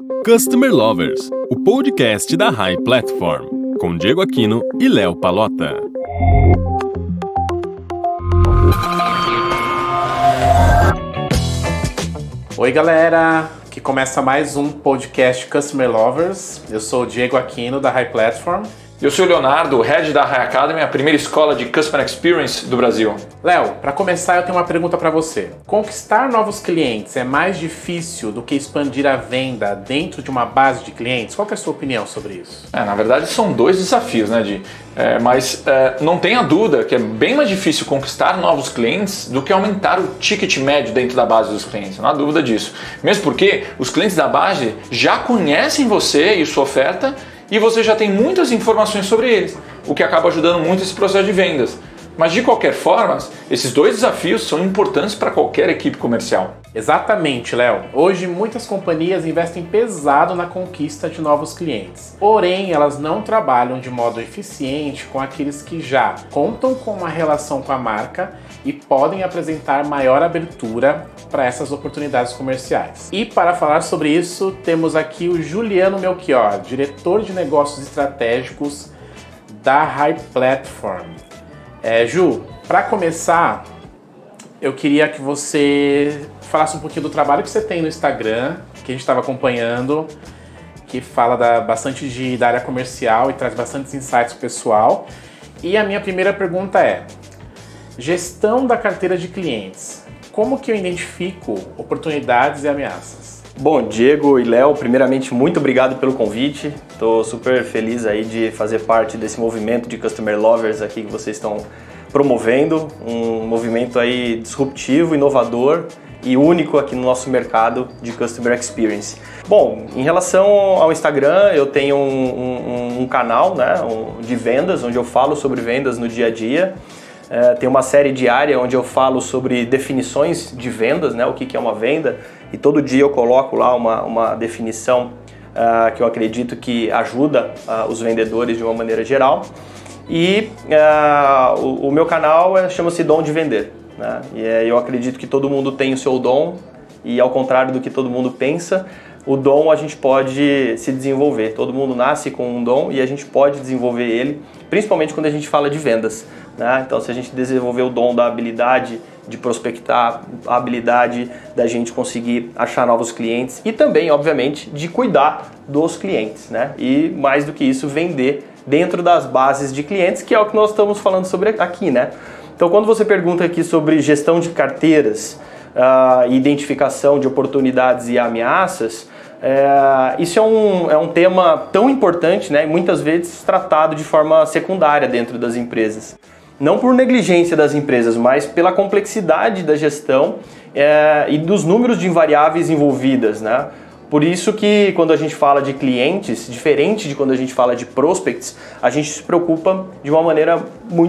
Customer Lovers, o podcast da High Platform, com Diego Aquino e Léo Pallotta. Oi galera, aqui começa mais um podcast Customer Lovers. Eu sou o Diego Aquino da High Platform. Eu sou o Leonardo, Head da High Academy, a primeira escola de Customer Experience do Brasil. Léo, para começar eu tenho uma pergunta para você. Conquistar novos clientes é mais difícil do que expandir a venda dentro de uma base de clientes? Qual que é a sua opinião sobre isso? Na verdade são dois desafios, né, Di? Mas não tenha dúvida que é bem mais difícil conquistar novos clientes do que aumentar o ticket médio dentro da base dos clientes, não há dúvida disso. Mesmo porque os clientes da base já conhecem você e sua oferta e você já tem muitas informações sobre eles, o que acaba ajudando muito esse processo de vendas. Mas de qualquer forma, esses dois desafios são importantes para qualquer equipe comercial. Exatamente, Léo. Hoje muitas companhias investem pesado na conquista de novos clientes. Porém, elas não trabalham de modo eficiente com aqueles que já contam com uma relação com a marca e podem apresentar maior abertura para essas oportunidades comerciais. E para falar sobre isso, temos aqui o Juliano Melchior, diretor de negócios estratégicos da High Platform. Ju, para começar, eu queria que você falasse um pouquinho do trabalho que você tem no Instagram, que a gente estava acompanhando, que fala bastante da área comercial e traz bastantes insights pro pessoal. E a minha primeira pergunta é: gestão da carteira de clientes. Como que eu identifico oportunidades e ameaças? Bom, Diego e Léo, primeiramente, muito obrigado pelo convite. Estou super feliz aí de fazer parte desse movimento de Customer Lovers aqui que vocês estão promovendo. Um movimento aí disruptivo, inovador e único aqui no nosso mercado de Customer Experience. Bom, em relação ao Instagram, eu tenho um canal, né, de vendas, onde eu falo sobre vendas no dia a dia. Tem uma série diária onde eu falo sobre definições de vendas, né, o que é uma venda, e todo dia eu coloco lá uma definição que eu acredito que ajuda os vendedores de uma maneira geral. E o meu canal chama-se Dom de Vender, né? E eu acredito que todo mundo tem o seu dom e, ao contrário do que todo mundo pensa, o dom a gente pode se desenvolver. Todo mundo nasce com um dom e a gente pode desenvolver ele, principalmente quando a gente fala de vendas, né? Então, se a gente desenvolver o dom da habilidade de prospectar, a habilidade da gente conseguir achar novos clientes e também, obviamente, de cuidar dos clientes, né? E mais do que isso, vender dentro das bases de clientes, que é o que nós estamos falando sobre aqui, né? Então, quando você pergunta aqui sobre gestão de carteiras, identificação de oportunidades e ameaças, isso é um tema tão importante, né? E muitas vezes tratado de forma secundária dentro das empresas. Não por negligência das empresas, mas pela complexidade da gestão e dos números de variáveis envolvidas, né? Por isso que quando a gente fala de clientes, diferente de quando a gente fala de prospects, a gente se preocupa de uma maneira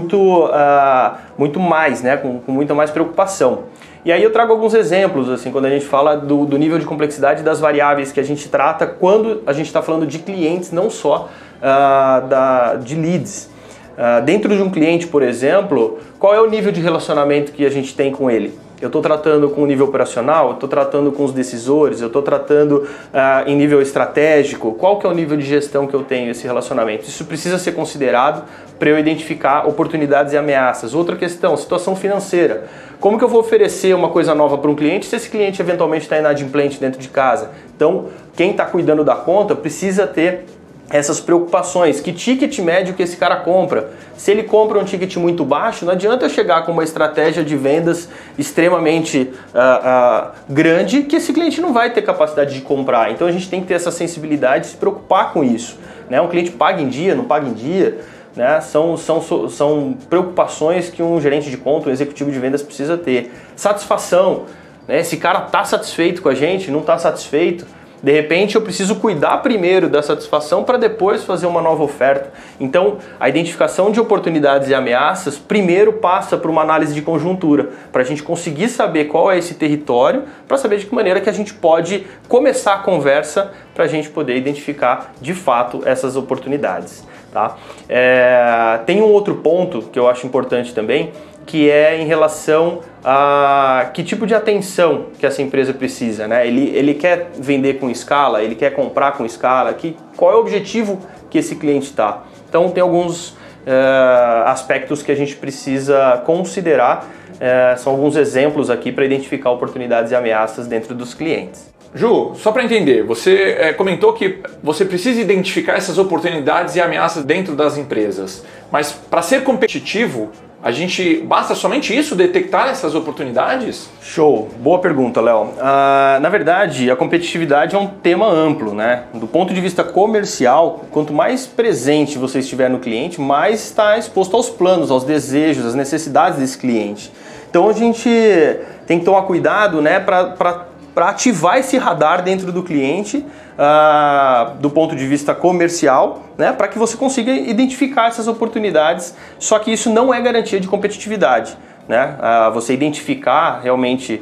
muito mais, né? Com muita mais preocupação. E aí eu trago alguns exemplos, assim, quando a gente fala do nível de complexidade das variáveis que a gente trata quando a gente está falando de clientes, não só de leads. Dentro de um cliente, por exemplo, qual é o nível de relacionamento que a gente tem com ele? Eu estou tratando com o nível operacional, eu estou tratando com os decisores, eu estou tratando em nível estratégico. Qual que é o nível de gestão que eu tenho esse relacionamento? Isso precisa ser considerado para eu identificar oportunidades e ameaças. Outra questão, situação financeira. Como que eu vou oferecer uma coisa nova para um cliente se esse cliente eventualmente está inadimplente dentro de casa? Então, quem está cuidando da conta precisa ter essas preocupações. Que ticket médio que esse cara compra? Se ele compra um ticket muito baixo, não adianta eu chegar com uma estratégia de vendas extremamente grande, que esse cliente não vai ter capacidade de comprar. Então a gente tem que ter essa sensibilidade de se preocupar com isso, né? Um cliente paga em dia, não paga em dia, né? São preocupações que um gerente de conta, um executivo de vendas precisa ter. Satisfação, né? Esse cara está satisfeito com a gente, não está satisfeito. De repente eu preciso cuidar primeiro da satisfação para depois fazer uma nova oferta. Então a identificação de oportunidades e ameaças primeiro passa por uma análise de conjuntura, para a gente conseguir saber qual é esse território, para saber de que maneira que a gente pode começar a conversa para a gente poder identificar de fato essas oportunidades. Tá? Tem um outro ponto que eu acho importante também, que é em relação a que tipo de atenção que essa empresa precisa, né? Ele quer vender com escala, ele quer comprar com escala, qual é o objetivo que esse cliente está. Então tem alguns aspectos que a gente precisa considerar, são alguns exemplos aqui para identificar oportunidades e ameaças dentro dos clientes. Ju, só para entender, você comentou que você precisa identificar essas oportunidades e ameaças dentro das empresas, mas para ser competitivo, basta somente isso, detectar essas oportunidades? Show, boa pergunta, Léo. Na verdade, a competitividade é um tema amplo, né? Do ponto de vista comercial, quanto mais presente você estiver no cliente, mais está exposto aos planos, aos desejos, às necessidades desse cliente. Então a gente tem que tomar cuidado, né, para ativar esse radar dentro do cliente, do ponto de vista comercial, né, para que você consiga identificar essas oportunidades, só que isso não é garantia de competitividade, né? Você identificar realmente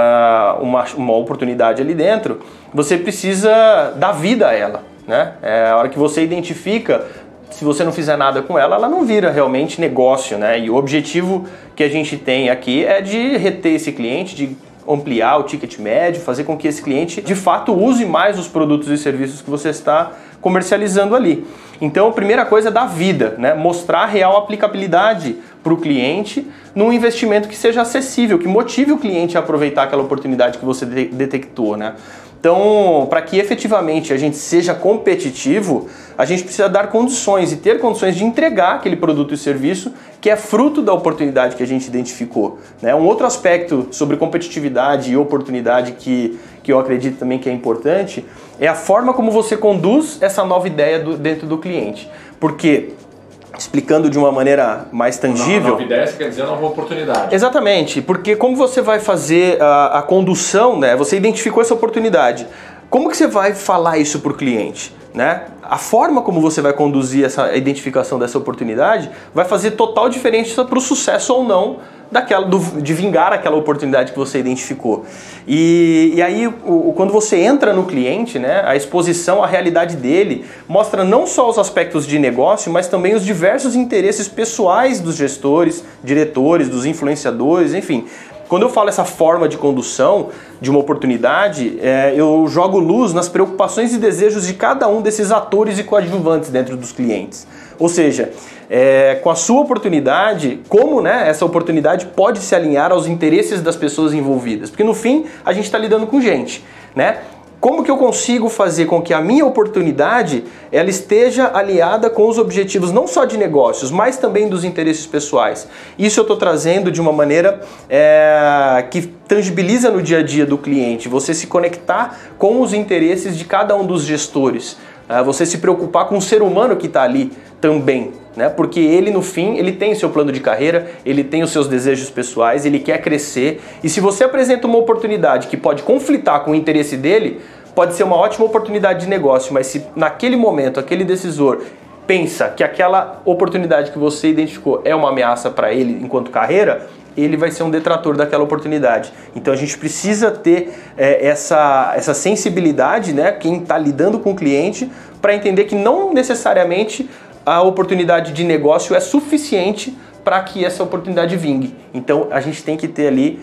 uma oportunidade ali dentro, você precisa dar vida a ela, né? A hora que você identifica, se você não fizer nada com ela, ela não vira realmente negócio, né? E o objetivo que a gente tem aqui é de reter esse cliente, de ampliar o ticket médio, fazer com que esse cliente de fato use mais os produtos e serviços que você está comercializando ali. Então a primeira coisa é dar vida, né? Mostrar a real aplicabilidade para o cliente num investimento que seja acessível, que motive o cliente a aproveitar aquela oportunidade que você detectou, né? Então, para que efetivamente a gente seja competitivo, a gente precisa dar condições e ter condições de entregar aquele produto e serviço que é fruto da oportunidade que a gente identificou, né? Um outro aspecto sobre competitividade e oportunidade que eu acredito também que é importante é a forma como você conduz essa nova ideia dentro do cliente. Porque, explicando de uma maneira mais tangível... Nova ideia, você quer dizer nova oportunidade. Exatamente, porque como você vai fazer a condução, né? Você identificou essa oportunidade. Como que você vai falar isso para o cliente, né? A forma como você vai conduzir essa identificação dessa oportunidade vai fazer total diferença para o sucesso ou não de vingar aquela oportunidade que você identificou. E aí, quando você entra no cliente, né, a exposição à realidade dele mostra não só os aspectos de negócio, mas também os diversos interesses pessoais dos gestores, diretores, dos influenciadores, enfim. Quando eu falo essa forma de condução de uma oportunidade, eu jogo luz nas preocupações e desejos de cada um desses atores e coadjuvantes dentro dos clientes. Ou seja, com a sua oportunidade, como, né, essa oportunidade pode se alinhar aos interesses das pessoas envolvidas? Porque no fim, a gente está lidando com gente, né? Como que eu consigo fazer com que a minha oportunidade ela esteja aliada com os objetivos não só de negócios, mas também dos interesses pessoais? Isso eu estou trazendo de uma maneira que tangibiliza no dia a dia do cliente, você se conectar com os interesses de cada um dos gestores, você se preocupar com o ser humano que está ali também, né? Porque ele no fim, ele tem o seu plano de carreira, ele tem os seus desejos pessoais, ele quer crescer, e se você apresenta uma oportunidade que pode conflitar com o interesse dele, pode ser uma ótima oportunidade de negócio, mas se naquele momento aquele decisor pensa que aquela oportunidade que você identificou é uma ameaça para ele enquanto carreira, ele vai ser um detrator daquela oportunidade. Então a gente precisa ter essa sensibilidade, né, quem está lidando com o cliente, para entender que não necessariamente a oportunidade de negócio é suficiente para que essa oportunidade vingue. Então a gente tem que ter ali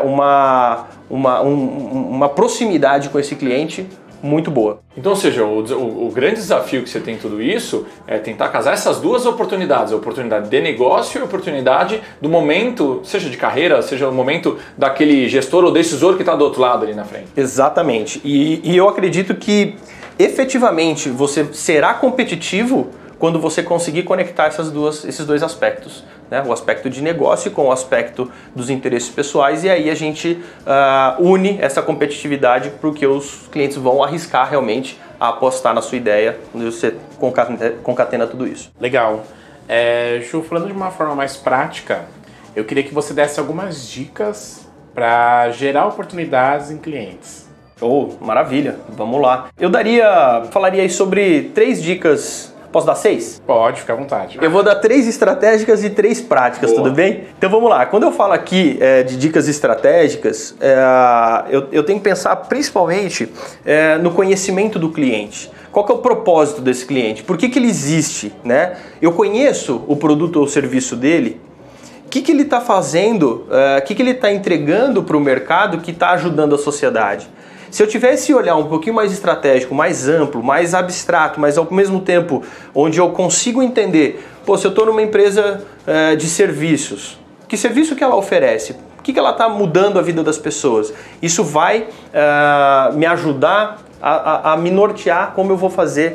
uma proximidade com esse cliente muito boa. Então, ou seja, o grande desafio que você tem em tudo isso é tentar casar essas duas oportunidades, a oportunidade de negócio e a oportunidade do momento, seja de carreira, seja o momento daquele gestor ou decisor que está do outro lado ali na frente. Exatamente. E eu acredito que efetivamente você será competitivo quando você conseguir conectar esses dois aspectos, né? O aspecto de negócio com o aspecto dos interesses pessoais, e aí a gente une essa competitividade porque os clientes vão arriscar realmente a apostar na sua ideia quando você concatena tudo isso. Legal. Ju, falando de uma forma mais prática, eu queria que você desse algumas dicas para gerar oportunidades em clientes. Oh, maravilha, vamos lá. Eu falaria aí sobre 3 dicas. Posso dar 6? Pode, fica à vontade. Eu vou dar 3 estratégicas e 3 práticas, boa. Tudo bem? Então vamos lá. Quando eu falo aqui de dicas estratégicas, eu tenho que pensar principalmente no conhecimento do cliente. Qual que é o propósito desse cliente? Por que ele existe, né? Eu conheço o produto ou o serviço dele que ele está fazendo, o que ele está entregando para o mercado que está ajudando a sociedade. Se eu tivesse esse olhar um pouquinho mais estratégico, mais amplo, mais abstrato, mas ao mesmo tempo onde eu consigo entender, se eu estou numa empresa de serviços, que serviço que ela oferece? O que ela está mudando a vida das pessoas? Isso vai me ajudar a me nortear como eu vou fazer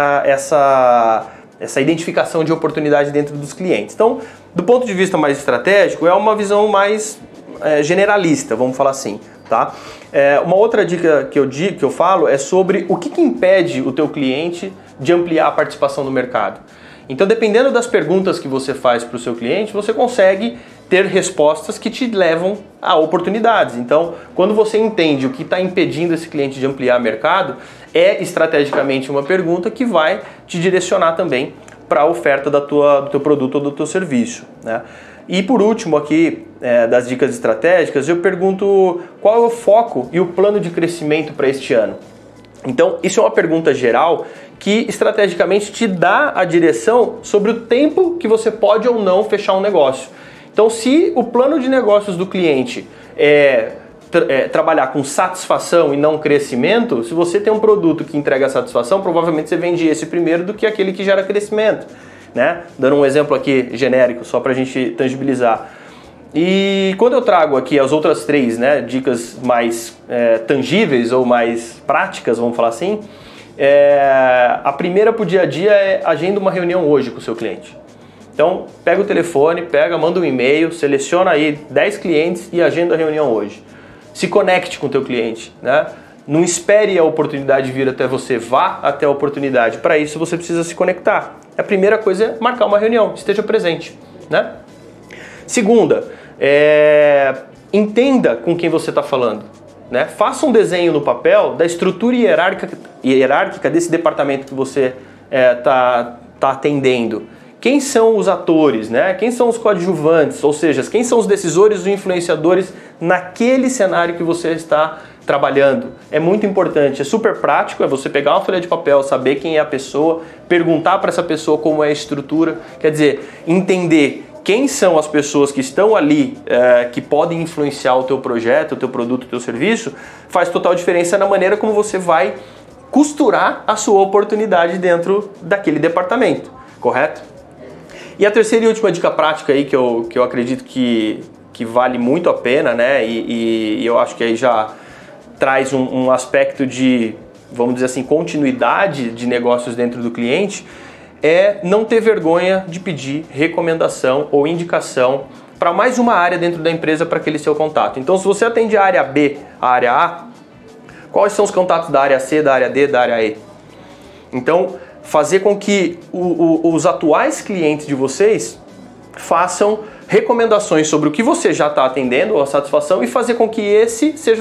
essa identificação de oportunidade dentro dos clientes. Então, do ponto de vista mais estratégico, é uma visão mais generalista, vamos falar assim. Tá? Uma outra dica que eu falo é sobre o que impede o teu cliente de ampliar a participação no mercado. Então, dependendo das perguntas que você faz para o seu cliente, você consegue ter respostas que te levam a oportunidades. Então, quando você entende o que está impedindo esse cliente de ampliar o mercado, é estrategicamente uma pergunta que vai te direcionar também para a oferta do teu produto ou do teu serviço, né? E por último aqui, das dicas estratégicas, eu pergunto qual é o foco e o plano de crescimento para este ano. Então, isso é uma pergunta geral que estrategicamente te dá a direção sobre o tempo que você pode ou não fechar um negócio. Então, se o plano de negócios do cliente é trabalhar com satisfação e não crescimento, se você tem um produto que entrega satisfação, provavelmente você vende esse primeiro do que aquele que gera crescimento, né? Dando um exemplo aqui genérico, só para a gente tangibilizar. E quando eu trago aqui as outras 3, né, dicas mais tangíveis ou mais práticas, vamos falar assim, a primeira para o dia a dia é agenda uma reunião hoje com o seu cliente. Então, pega o telefone, manda um e-mail, seleciona aí 10 clientes e agenda a reunião hoje. Se conecte com o teu cliente, né? Não espere a oportunidade vir até você, vá até a oportunidade. Para isso, você precisa se conectar. A primeira coisa é marcar uma reunião, esteja presente, né? Segunda, entenda com quem você está falando, né? Faça um desenho no papel da estrutura hierárquica desse departamento que você está atendendo. Quem são os atores, né? Quem são os coadjuvantes, ou seja, quem são os decisores ou influenciadores naquele cenário que você está trabalhando. É muito importante, é super prático, é você pegar uma folha de papel, saber quem é a pessoa, perguntar para essa pessoa como é a estrutura, quer dizer, entender quem são as pessoas que estão ali, que podem influenciar o teu projeto, o teu produto, o teu serviço, faz total diferença na maneira como você vai costurar a sua oportunidade dentro daquele departamento, correto? E a terceira e última dica prática aí que eu acredito que vale muito a pena, né? E eu acho que aí já traz um aspecto de, vamos dizer assim, continuidade de negócios dentro do cliente, é não ter vergonha de pedir recomendação ou indicação para mais uma área dentro da empresa para aquele seu contato. Então, se você atende a área B, a área A, quais são os contatos da área C, da área D, da área E? Então, fazer com que os atuais clientes de vocês façam recomendações sobre o que você já está atendendo, a satisfação, e fazer com que esse seja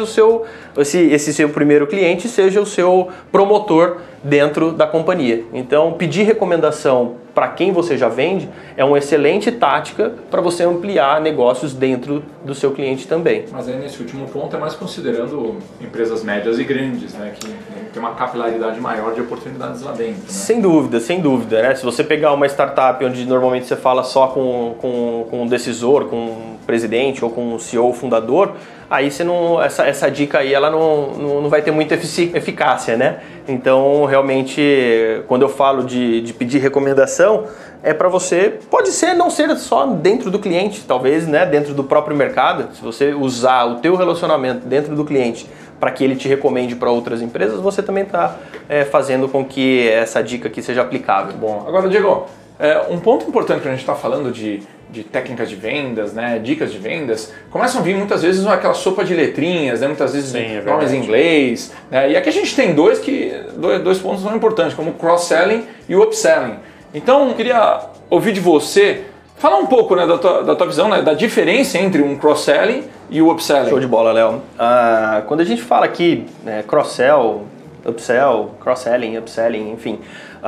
esse seu primeiro cliente seja o seu promotor dentro da companhia. Então, pedir recomendação para quem você já vende é uma excelente tática para você ampliar negócios dentro do seu cliente também. Mas aí nesse último ponto é mais considerando empresas médias e grandes, né, que tem uma capilaridade maior de oportunidades lá dentro, né? Sem dúvida, né? Se você pegar uma startup onde normalmente você fala só com um decisor, com um presidente ou com um CEO fundador, aí você não, essa dica aí ela não vai ter muita eficácia, né? Então, realmente, quando eu falo de pedir recomendação, é para você, pode ser não ser só dentro do cliente, talvez, né, dentro do próprio mercado. Se você usar o teu relacionamento dentro do cliente para que ele te recomende para outras empresas, você também está fazendo com que essa dica aqui seja aplicável. Bom, agora, Diego, um ponto importante que a gente está falando de técnicas de vendas, né, dicas de vendas, começam a vir muitas vezes aquela sopa de letrinhas, né, muitas vezes nomes em inglês, né, e aqui a gente tem dois pontos muito importantes, como o cross-selling e o upselling. Então, eu queria ouvir de você, falar um pouco, né, da tua visão, né, da diferença entre um cross-selling e o upselling. Show de bola, Léo. Quando a gente fala aqui, cross-sell, upsell, cross-selling, upselling, enfim,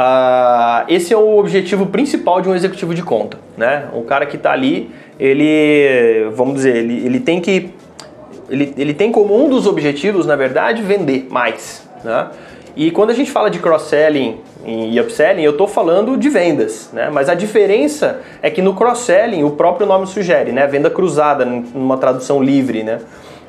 esse é o objetivo principal de um executivo de conta, né? O cara que está ali, ele tem como um dos objetivos, na verdade, vender mais, né? E quando a gente fala de cross-selling e upselling, eu estou falando de vendas, né? Mas a diferença é que no cross-selling, o próprio nome sugere, né? Venda cruzada, numa tradução livre, né?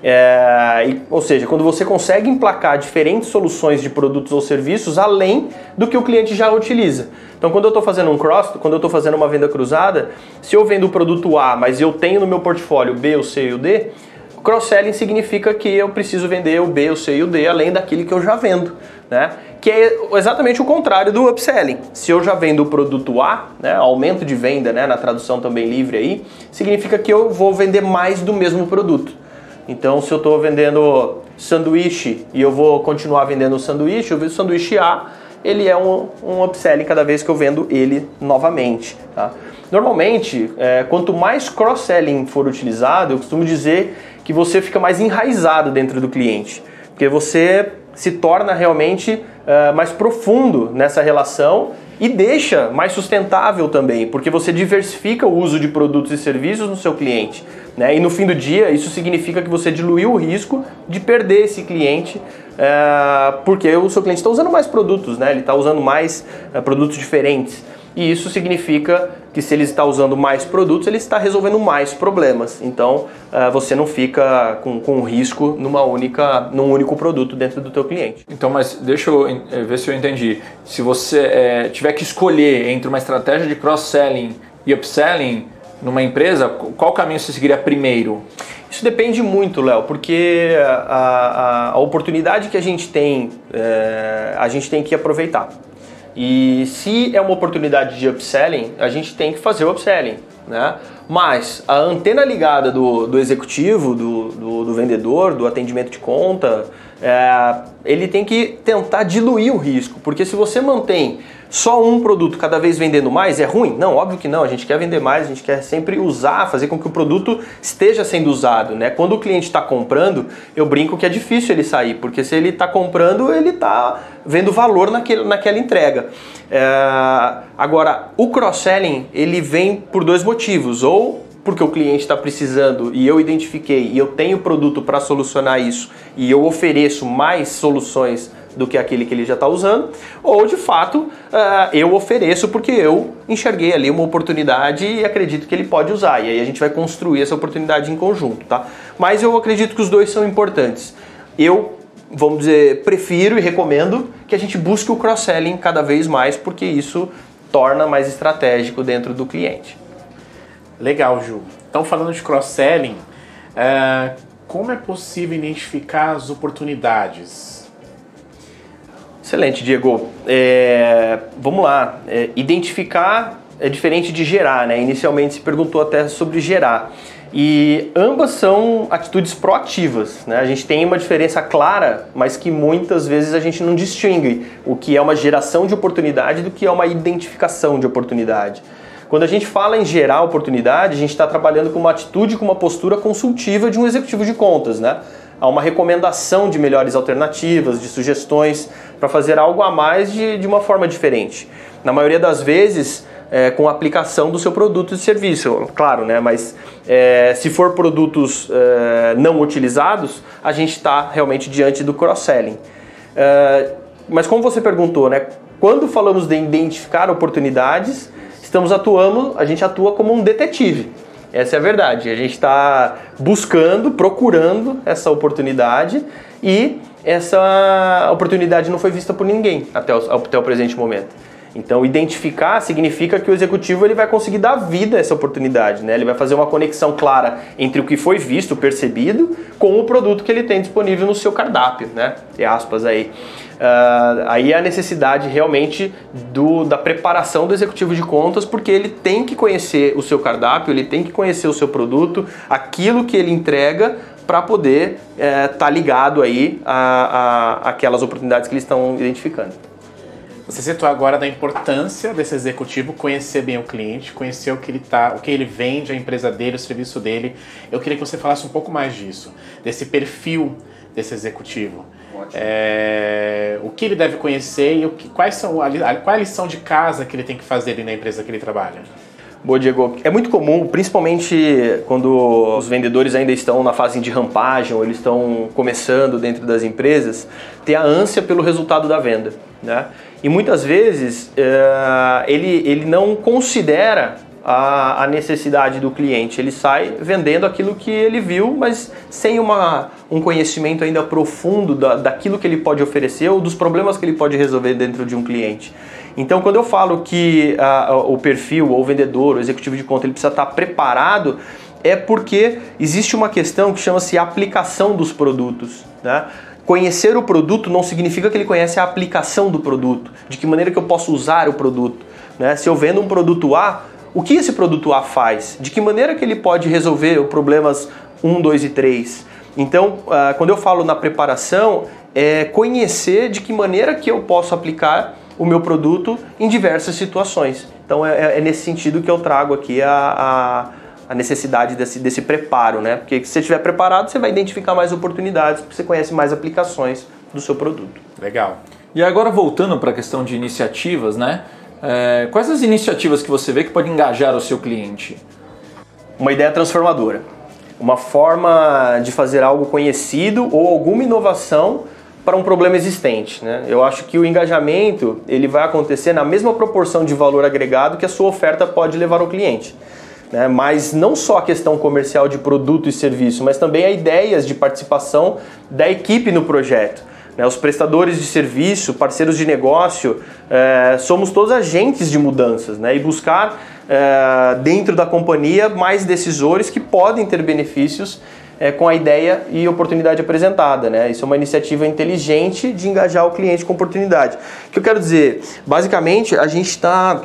Ou seja, quando você consegue emplacar diferentes soluções de produtos ou serviços além do que o cliente já utiliza. Então, quando eu estou fazendo quando eu estou fazendo uma venda cruzada, se eu vendo o produto A, mas eu tenho no meu portfólio o B, o C e o D, cross-selling significa que eu preciso vender o B, o C e o D além daquilo que eu já vendo, né? Que é exatamente o contrário do upselling. Se eu já vendo o produto A, né, aumento de venda, né, na tradução também livre aí, significa que eu vou vender mais do mesmo produto. Então, se eu estou vendendo sanduíche e eu vou continuar vendendo o sanduíche, o sanduíche A, ele é um upselling cada vez que eu vendo ele novamente, tá? Normalmente, quanto mais cross-selling for utilizado, eu costumo dizer que você fica mais enraizado dentro do cliente, porque você se torna realmente mais profundo nessa relação e deixa mais sustentável também, porque você diversifica o uso de produtos e serviços no seu cliente, né? E no fim do dia, isso significa que você diluiu o risco de perder esse cliente, porque o seu cliente está usando mais produtos, né? Ele está usando mais produtos diferentes. E isso significa que se ele está usando mais produtos, ele está resolvendo mais problemas. Então, você não fica com risco num único produto dentro do teu cliente. Então, mas deixa eu ver se eu entendi. Se você tiver que escolher entre uma estratégia de cross-selling e upselling numa empresa, qual caminho você seguiria primeiro? Isso depende muito, Léo, porque a oportunidade que a gente tem que aproveitar. E se é uma oportunidade de upselling, a gente tem que fazer o upselling, né? Mas a antena ligada do executivo, do vendedor, do atendimento de conta, ele tem que tentar diluir o risco, porque se você mantém só um produto cada vez vendendo mais, é ruim? Não, óbvio que não, a gente quer vender mais, a gente quer sempre usar, fazer com que o produto esteja sendo usado, né? Quando o cliente está comprando, eu brinco que é difícil ele sair, porque se ele está comprando, ele está vendo valor naquela entrega. Agora, o cross-selling, ele vem por dois motivos, ou porque o cliente está precisando e eu identifiquei e eu tenho produto para solucionar isso e eu ofereço mais soluções do que aquele que ele já está usando, ou de fato eu ofereço porque eu enxerguei ali uma oportunidade e acredito que ele pode usar, e aí a gente vai construir essa oportunidade em conjunto, tá? Mas eu acredito que os dois são importantes. Eu, vamos dizer, prefiro e recomendo que a gente busque o cross-selling cada vez mais, porque isso torna mais estratégico dentro do cliente. Legal, Ju. Então, falando de cross-selling, como é possível identificar as oportunidades? Excelente, Diego. Vamos lá. Identificar é diferente de gerar, né? Inicialmente se perguntou até sobre gerar. E ambas são atitudes proativas, né? A gente tem uma diferença clara, mas que muitas vezes a gente não distingue o que é uma geração de oportunidade do que é uma identificação de oportunidade. Quando a gente fala em gerar oportunidade, a gente está trabalhando com uma atitude, com uma postura consultiva de um executivo de contas, né? Há uma recomendação de melhores alternativas, de sugestões para fazer algo a mais de uma forma diferente. Na maioria das vezes, com a aplicação do seu produto e serviço, claro, né? Mas se for produtos não utilizados, a gente está realmente diante do cross-selling. Mas como você perguntou, né? Quando falamos de identificar oportunidades, a gente atua como um detetive. Essa é a verdade. A gente está procurando essa oportunidade e essa oportunidade não foi vista por ninguém até o presente momento. Então, identificar significa que o executivo ele vai conseguir dar vida a essa oportunidade, né? Ele vai fazer uma conexão clara entre o que foi visto, percebido, com o produto que ele tem disponível no seu cardápio, né? Tem aspas aí. Aí a necessidade realmente da preparação do executivo de contas, porque ele tem que conhecer o seu cardápio, ele tem que conhecer o seu produto, aquilo que ele entrega, para poder estar ligado aí àquelas oportunidades que eles estão identificando. Você citou agora da importância desse executivo conhecer bem o cliente, conhecer o que ele vende, a empresa dele, o serviço dal. Eu queria que você falasse um pouco mais disso, desse perfil desse executivo. O que ele deve conhecer e qual é a lição de casa que ele tem que fazer ali na empresa que ele trabalha? Boa, Diego. É muito comum, principalmente quando os vendedores ainda estão na fase de rampagem ou eles estão começando dentro das empresas, ter a ânsia pelo resultado da venda, né? E muitas vezes ele não considera a necessidade do cliente, ele sai vendendo aquilo que ele viu, mas sem um conhecimento ainda profundo daquilo que ele pode oferecer ou dos problemas que ele pode resolver dentro de um cliente. Então, quando eu falo que o perfil, ou o vendedor, o executivo de conta, ele precisa estar preparado, é porque existe uma questão que chama-se aplicação dos produtos, né? Conhecer o produto não significa que ele conhece a aplicação do produto, de que maneira que eu posso usar o produto, né? Se eu vendo um produto A, o que esse produto A faz? De que maneira que ele pode resolver os problemas 1, 2 e 3? Então, quando eu falo na preparação, é conhecer de que maneira que eu posso aplicar o meu produto em diversas situações. Então é nesse sentido que eu trago aqui a necessidade desse preparo, né? Porque se você estiver preparado, você vai identificar mais oportunidades, porque você conhece mais aplicações do seu produto. Legal. E agora voltando para a questão de iniciativas, né? Quais as iniciativas que você vê que pode engajar o seu cliente? Uma ideia transformadora. Uma forma de fazer algo conhecido ou alguma inovação para um problema existente, né? Eu acho que o engajamento ele vai acontecer na mesma proporção de valor agregado que a sua oferta pode levar ao cliente, né? Mas não só a questão comercial de produto e serviço, mas também a ideias de participação da equipe no projeto, né? Os prestadores de serviço, parceiros de negócio, somos todos agentes de mudanças, né? E buscar dentro da companhia mais decisores que podem ter benefícios com a ideia e oportunidade apresentada, né? Isso é uma iniciativa inteligente de engajar o cliente com oportunidade. O que eu quero dizer? Basicamente, a gente está...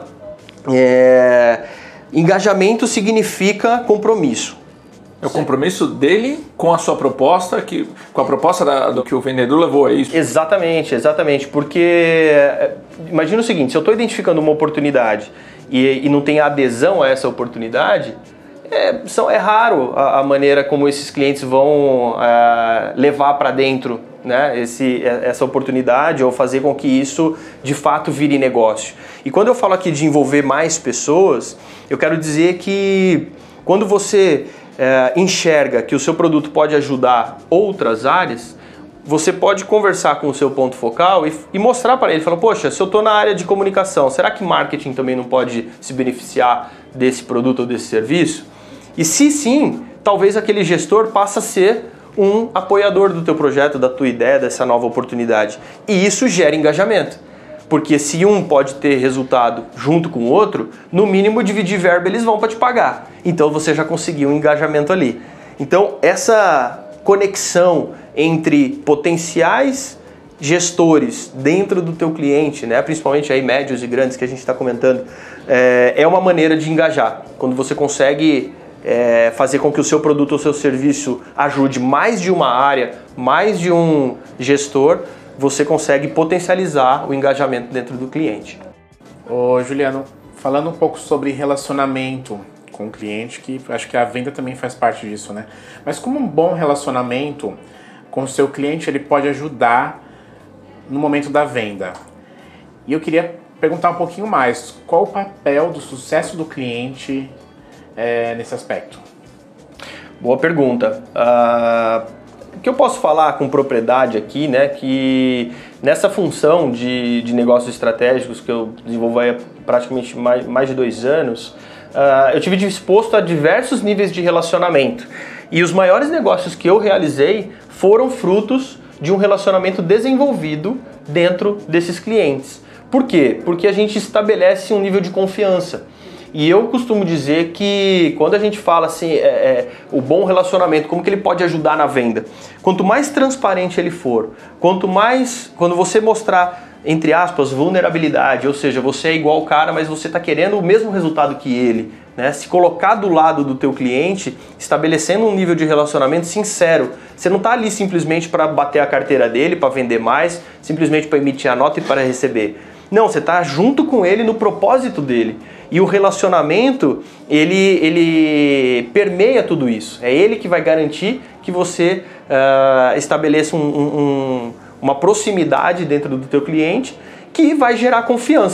engajamento significa compromisso. É o compromisso dele com a sua proposta, com a proposta do que o vendedor levou a isso. Exatamente, exatamente. Porque imagina o seguinte, se eu estou identificando uma oportunidade e não tem adesão a essa oportunidade... É raro a maneira como esses clientes vão levar para dentro, né, essa oportunidade ou fazer com que isso de fato vire negócio. E quando eu falo aqui de envolver mais pessoas, eu quero dizer que quando você enxerga que o seu produto pode ajudar outras áreas, você pode conversar com o seu ponto focal e mostrar para ele, falando, poxa, se eu estou na área de comunicação, será que marketing também não pode se beneficiar desse produto ou desse serviço? E se sim, talvez aquele gestor passe a ser um apoiador do teu projeto, da tua ideia, dessa nova oportunidade. E isso gera engajamento. Porque se um pode ter resultado junto com o outro, no mínimo dividir verba eles vão para te pagar. Então você já conseguiu um engajamento ali. Então essa conexão entre potenciais gestores dentro do teu cliente, né, principalmente aí médios e grandes que a gente está comentando, é uma maneira de engajar. Quando você consegue fazer com que o seu produto ou seu serviço ajude mais de uma área, mais de um gestor, você consegue potencializar o engajamento dentro do cliente. Ô Juliano, falando um pouco sobre relacionamento com o cliente, que acho que a venda também faz parte disso, né? Mas como um bom relacionamento com o seu cliente, ele pode ajudar no momento da venda. E eu queria perguntar um pouquinho mais, qual o papel do sucesso do cliente nesse aspecto? Boa pergunta. O que eu posso falar com propriedade aqui, né, que nessa função de negócios estratégicos que eu desenvolvo há praticamente mais de 2 anos, eu tive exposto a diversos níveis de relacionamento. E os maiores negócios que eu realizei foram frutos de um relacionamento desenvolvido dentro desses clientes. Por quê? Porque a gente estabelece um nível de confiança. E eu costumo dizer que quando a gente fala assim, o bom relacionamento, como que ele pode ajudar na venda? Quanto mais transparente ele for, quando você mostrar, entre aspas, vulnerabilidade, ou seja, você é igual ao cara, mas você está querendo o mesmo resultado que ele, né? Se colocar do lado do teu cliente, estabelecendo um nível de relacionamento sincero. Você não está ali simplesmente para bater a carteira dele, para vender mais, simplesmente para emitir a nota e para receber. Não, você está junto com ele no propósito dele. E o relacionamento, ele permeia tudo isso. É ele que vai garantir que você estabeleça uma proximidade dentro do teu cliente que vai gerar confiança.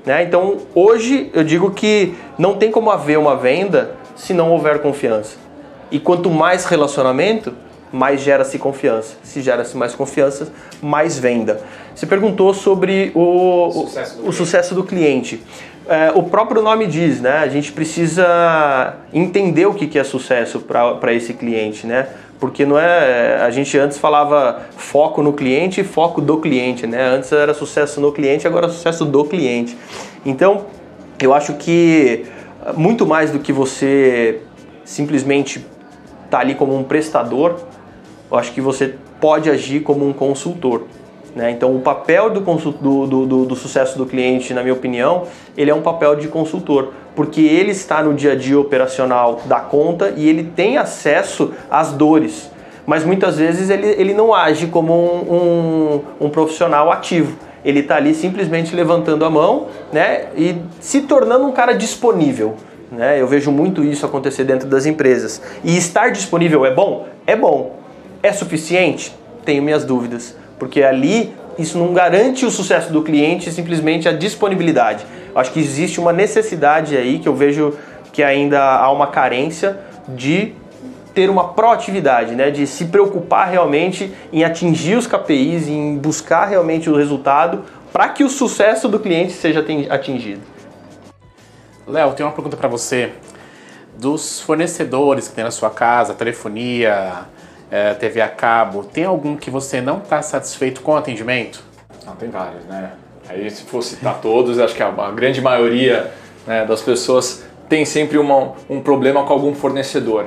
né? Então, hoje eu digo que não tem como haver uma venda se não houver confiança. E quanto mais relacionamento, mais gera-se confiança. Se gera-se mais confiança, mais venda. Você perguntou sobre o sucesso do cliente. O próprio nome diz, né? A gente precisa entender o que é sucesso para esse cliente, né? Porque não é, a gente antes falava foco no cliente e foco do cliente, né? Antes era sucesso no cliente, agora é sucesso do cliente. Então, eu acho que muito mais do que você simplesmente estar ali como um prestador, eu acho que você pode agir como um consultor, né? Então, o papel do sucesso do cliente, na minha opinião, ele é um papel de consultor, porque ele está no dia a dia operacional da conta e ele tem acesso às dores, mas muitas vezes ele não age como um profissional ativo. Ele está ali simplesmente levantando a mão, né, e se tornando um cara disponível, né? Eu vejo muito isso acontecer dentro das empresas. E estar disponível é bom? É bom. É suficiente? Tenho minhas dúvidas, porque ali isso não garante o sucesso do cliente, simplesmente a disponibilidade. Acho que existe uma necessidade aí, que eu vejo que ainda há uma carência de ter uma proatividade, né? De se preocupar realmente em atingir os KPIs, em buscar realmente o resultado para que o sucesso do cliente seja atingido. Léo, tem uma pergunta para você. Dos fornecedores que tem na sua casa, telefonia, TV a cabo, tem algum que você não está satisfeito com o atendimento? Não, tem vários, né? Aí, se for citar todos, acho que a grande maioria, né, das pessoas tem sempre um problema com algum fornecedor.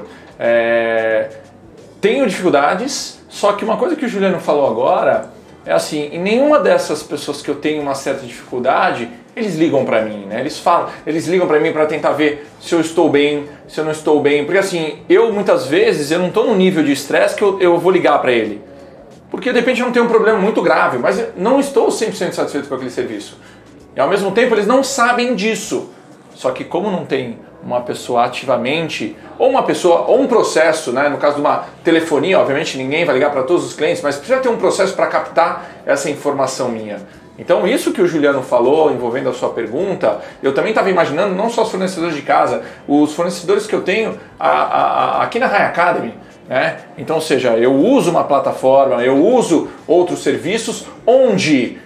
Tenho dificuldades, só que uma coisa que o Juliano falou agora é assim, em nenhuma dessas pessoas que eu tenho uma certa dificuldade, eles ligam para mim, né? Eles ligam para mim para tentar ver se eu estou bem, se eu não estou bem, porque assim, muitas vezes eu não estou num nível de estresse que eu vou ligar para ele. Porque de repente eu não tenho um problema muito grave, mas eu não estou 100% satisfeito com aquele serviço. E ao mesmo tempo eles não sabem disso. Só que como não tem uma pessoa ativamente, ou um processo, né? No caso de uma telefonia, obviamente ninguém vai ligar para todos os clientes, mas precisa ter um processo para captar essa informação minha. Então isso que o Juliano falou, envolvendo a sua pergunta, eu também estava imaginando não só os fornecedores de casa, os fornecedores que eu tenho aqui na High Academy, né? Então, ou seja, eu uso uma plataforma, eu uso outros serviços onde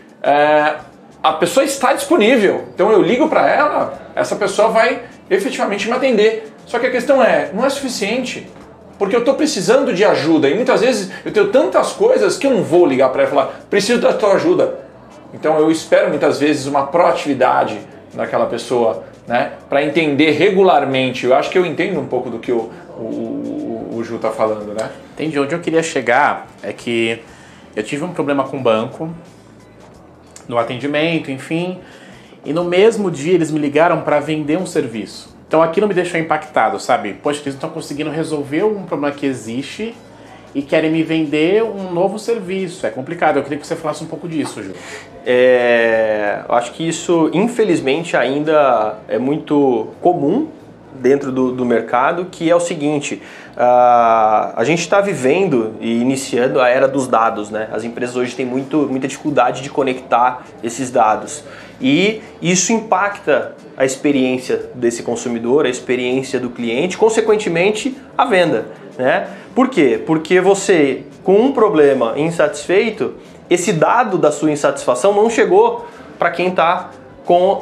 a pessoa está disponível. Então eu ligo para ela, essa pessoa vai efetivamente me atender. Só que a questão não é suficiente, porque eu estou precisando de ajuda e muitas vezes eu tenho tantas coisas que eu não vou ligar para ela e falar, preciso da tua ajuda. Então eu espero muitas vezes uma proatividade daquela pessoa, né, para entender regularmente. Eu acho que eu entendo um pouco do que o Ju está falando, né? Entendi. Onde eu queria chegar é que eu tive um problema com o banco, no atendimento, enfim, e no mesmo dia eles me ligaram para vender um serviço. Então aquilo me deixou impactado, sabe? Poxa, eles não estão conseguindo resolver um problema que existe e querem me vender um novo serviço. É complicado. Eu queria que você falasse um pouco disso, Ju. Eu acho que isso, infelizmente, ainda é muito comum dentro do mercado, que é o seguinte, a gente está vivendo e iniciando a era dos dados, né? As empresas hoje têm muita dificuldade de conectar esses dados e isso impacta a experiência desse consumidor, a experiência do cliente, consequentemente a venda, né? Por quê? Porque você, com um problema insatisfeito, esse dado da sua insatisfação não chegou para quem está com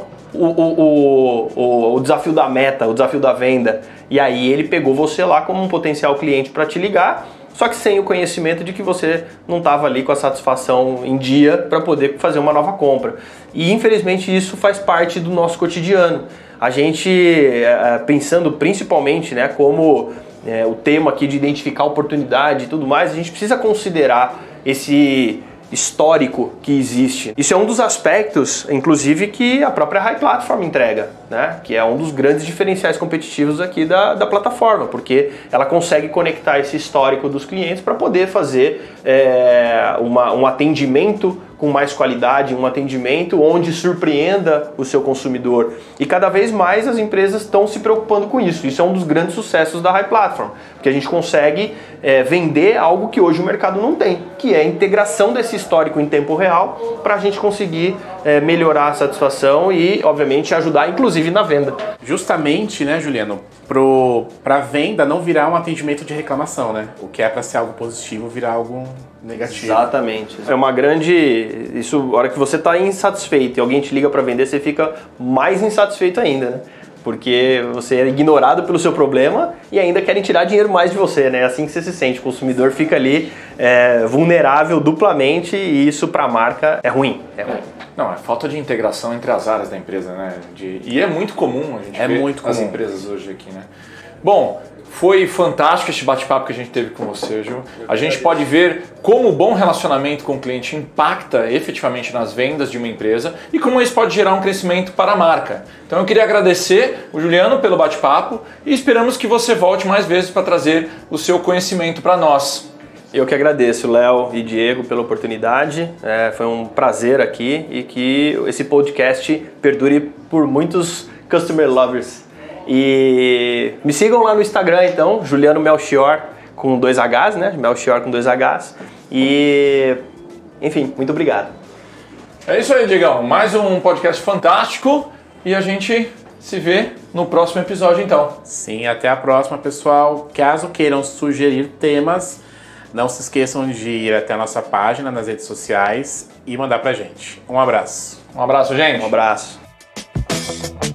o desafio da meta, o desafio da venda. E aí ele pegou você lá como um potencial cliente para te ligar, só que sem o conhecimento de que você não estava ali com a satisfação em dia para poder fazer uma nova compra. E infelizmente isso faz parte do nosso cotidiano. A gente, pensando principalmente, né, como o tema aqui de identificar oportunidade e tudo mais, a gente precisa considerar esse histórico que existe. Isso é um dos aspectos, inclusive, que a própria High Platform entrega, né? Que é um dos grandes diferenciais competitivos aqui da plataforma, porque ela consegue conectar esse histórico dos clientes para poder fazer um atendimento com mais qualidade, um atendimento onde surpreenda o seu consumidor. E cada vez mais as empresas estão se preocupando com isso. Isso é um dos grandes sucessos da High Platform, porque a gente consegue vender algo que hoje o mercado não tem, que é a integração desse histórico em tempo real para a gente conseguir melhorar a satisfação e, obviamente, ajudar, inclusive, na venda. Justamente, né, Juliano, para venda não virar um atendimento de reclamação, né? O que é para ser algo positivo virar algo negativo. Exatamente. É uma grande... Isso, a hora que você está insatisfeito e alguém te liga para vender, você fica mais insatisfeito ainda, né? Porque você é ignorado pelo seu problema e ainda querem tirar dinheiro mais de você, né? É assim que você se sente. O consumidor fica ali vulnerável duplamente e isso para a marca é ruim. Não, é falta de integração entre as áreas da empresa, né? E é muito comum a gente ver as empresas hoje aqui, né? Bom, foi fantástico este bate-papo que a gente teve com você, Ju. A gente pode ver como o bom relacionamento com o cliente impacta efetivamente nas vendas de uma empresa e como isso pode gerar um crescimento para a marca. Então eu queria agradecer o Juliano pelo bate-papo e esperamos que você volte mais vezes para trazer o seu conhecimento para nós. Eu que agradeço, Léo e Diego, pela oportunidade. Foi um prazer aqui e que esse podcast perdure por muitos Customer Lovers. E me sigam lá no Instagram, então, Juliano Melchior com 2 Hs, né? Melchior com 2 Hs. E, enfim, muito obrigado. É isso aí, Diegão. Mais um podcast fantástico e a gente se vê no próximo episódio, então. Sim, até a próxima, pessoal. Caso queiram sugerir temas, não se esqueçam de ir até a nossa página nas redes sociais e mandar pra gente. Um abraço. Um abraço, gente. Um abraço.